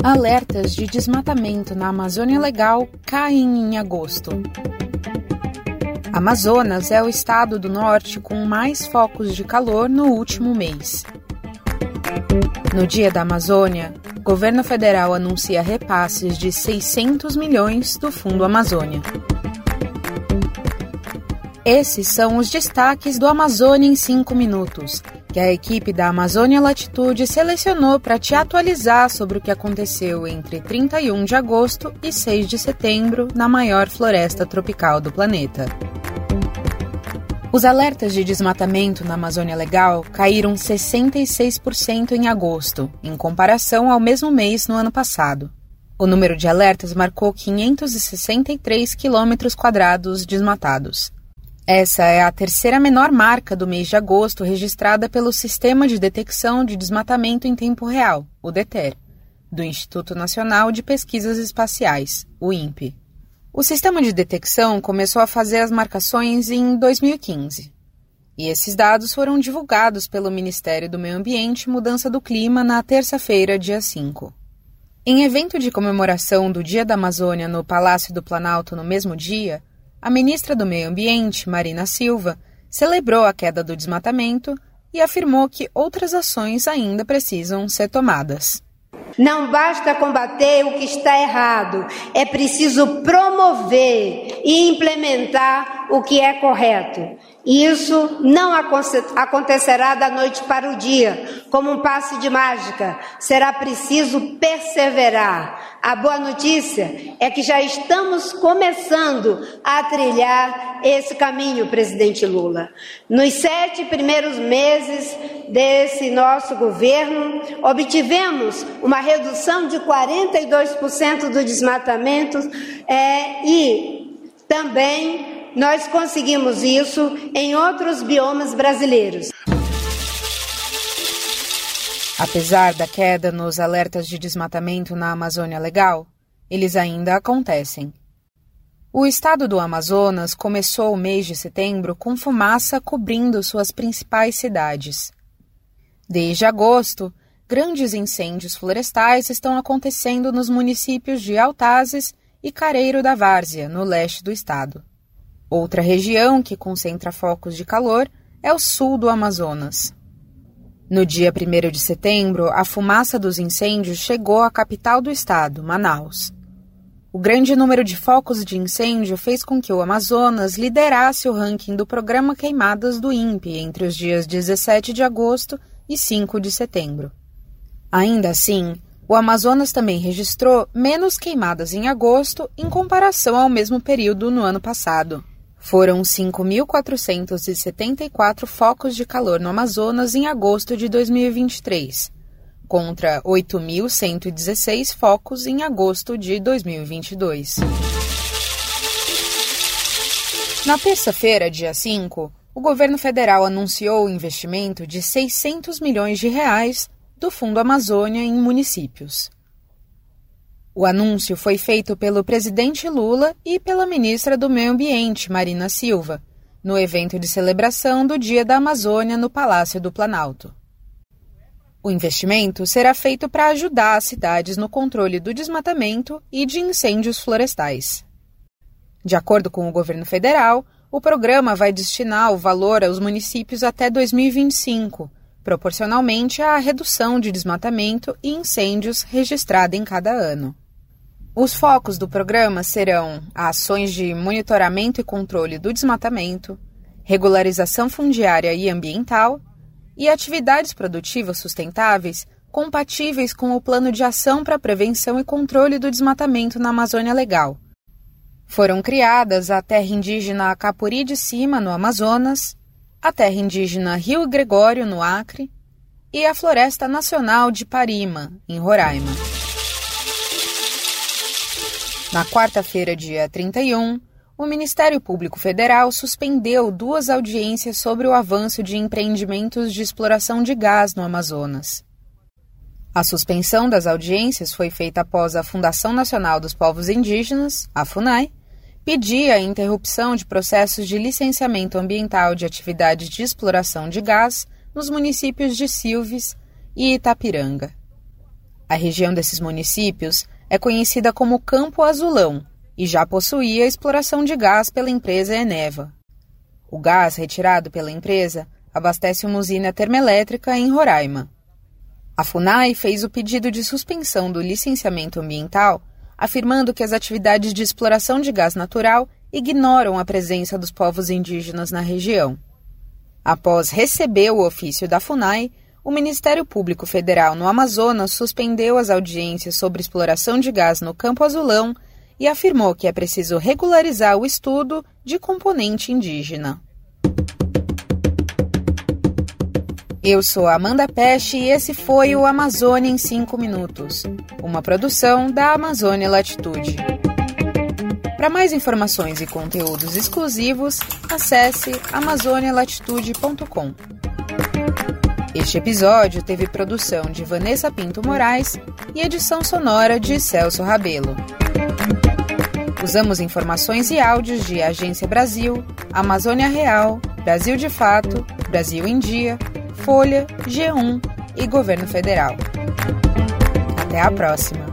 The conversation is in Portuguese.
Alertas de desmatamento na Amazônia Legal caem em agosto. Amazonas é o estado do norte com mais focos de calor no último mês. No Dia da Amazônia, o governo federal anuncia repasses de 600 milhões do Fundo Amazônia. Esses são os destaques do Amazônia em 5 minutos, que a equipe da Amazônia Latitude selecionou para te atualizar sobre o que aconteceu entre 31 de agosto e 6 de setembro na maior floresta tropical do planeta. Os alertas de desmatamento na Amazônia Legal caíram 66% em agosto, em comparação ao mesmo mês no ano passado. O número de alertas marcou 563 quilômetros quadrados desmatados. Essa é a terceira menor marca do mês de agosto registrada pelo Sistema de Detecção de Desmatamento em Tempo Real, o DETER, do Instituto Nacional de Pesquisas Espaciais, o INPE. O sistema de detecção começou a fazer as marcações em 2015. E esses dados foram divulgados pelo Ministério do Meio Ambiente e Mudança do Clima na terça-feira, dia 5. Em evento de comemoração do Dia da Amazônia no Palácio do Planalto no mesmo dia, a ministra do Meio Ambiente, Marina Silva, celebrou a queda do desmatamento e afirmou que outras ações ainda precisam ser tomadas. Não basta combater o que está errado, é preciso promover e implementar o que é correto. E isso não acontecerá da noite para o dia, como um passe de mágica. Será preciso perseverar. A boa notícia é que já estamos começando a trilhar esse caminho, presidente Lula. Nos 7 primeiros meses desse nosso governo, obtivemos uma redução de 42% do desmatamento e também nós conseguimos isso em outros biomas brasileiros. Apesar da queda nos alertas de desmatamento na Amazônia Legal, eles ainda acontecem. O estado do Amazonas começou o mês de setembro com fumaça cobrindo suas principais cidades. Desde agosto, grandes incêndios florestais estão acontecendo nos municípios de Altazes e Careiro da Várzea, no leste do estado. Outra região que concentra focos de calor é o sul do Amazonas. No dia 1º de setembro, a fumaça dos incêndios chegou à capital do estado, Manaus. O grande número de focos de incêndio fez com que o Amazonas liderasse o ranking do programa Queimadas do INPE entre os dias 17 de agosto e 5 de setembro. Ainda assim, o Amazonas também registrou menos queimadas em agosto em comparação ao mesmo período no ano passado. Foram 5.474 focos de calor no Amazonas em agosto de 2023, contra 8.116 focos em agosto de 2022. Na terça-feira, dia 5, o governo federal anunciou o investimento de 600 milhões de reais do Fundo Amazônia em municípios. O anúncio foi feito pelo presidente Lula e pela ministra do Meio Ambiente, Marina Silva, no evento de celebração do Dia da Amazônia no Palácio do Planalto. O investimento será feito para ajudar as cidades no controle do desmatamento e de incêndios florestais. De acordo com o governo federal, o programa vai destinar o valor aos municípios até 2025, proporcionalmente à redução de desmatamento e incêndios registrada em cada ano. Os focos do programa serão ações de monitoramento e controle do desmatamento, regularização fundiária e ambiental e atividades produtivas sustentáveis compatíveis com o Plano de Ação para a Prevenção e Controle do Desmatamento na Amazônia Legal. Foram criadas a terra indígena Capuri de Cima, no Amazonas, a terra indígena Rio Gregório, no Acre, e a Floresta Nacional de Parima, em Roraima. Na quarta-feira, dia 31, o Ministério Público Federal suspendeu 2 audiências sobre o avanço de empreendimentos de exploração de gás no Amazonas. A suspensão das audiências foi feita após a Fundação Nacional dos Povos Indígenas, a FUNAI, pedir a interrupção de processos de licenciamento ambiental de atividades de exploração de gás nos municípios de Silves e Itapiranga. A região desses municípios é conhecida como Campo Azulão e já possuía exploração de gás pela empresa Eneva. O gás retirado pela empresa abastece uma usina termoelétrica em Roraima. A FUNAI fez o pedido de suspensão do licenciamento ambiental, afirmando que as atividades de exploração de gás natural ignoram a presença dos povos indígenas na região. Após receber o ofício da FUNAI, o Ministério Público Federal no Amazonas suspendeu as audiências sobre exploração de gás no Campo Azulão e afirmou que é preciso regularizar o estudo de componente indígena. Eu sou Amanda Peste e esse foi o Amazônia em 5 Minutos, uma produção da Amazônia Latitude. Para mais informações e conteúdos exclusivos, acesse amazonialatitude.com. Este episódio teve produção de Vanessa Pinto Moraes e edição sonora de Celso Rabelo. Usamos informações e áudios de Agência Brasil, Amazônia Real, Brasil de Fato, Brasil em Dia, Folha, G1 e Governo Federal. Até a próxima!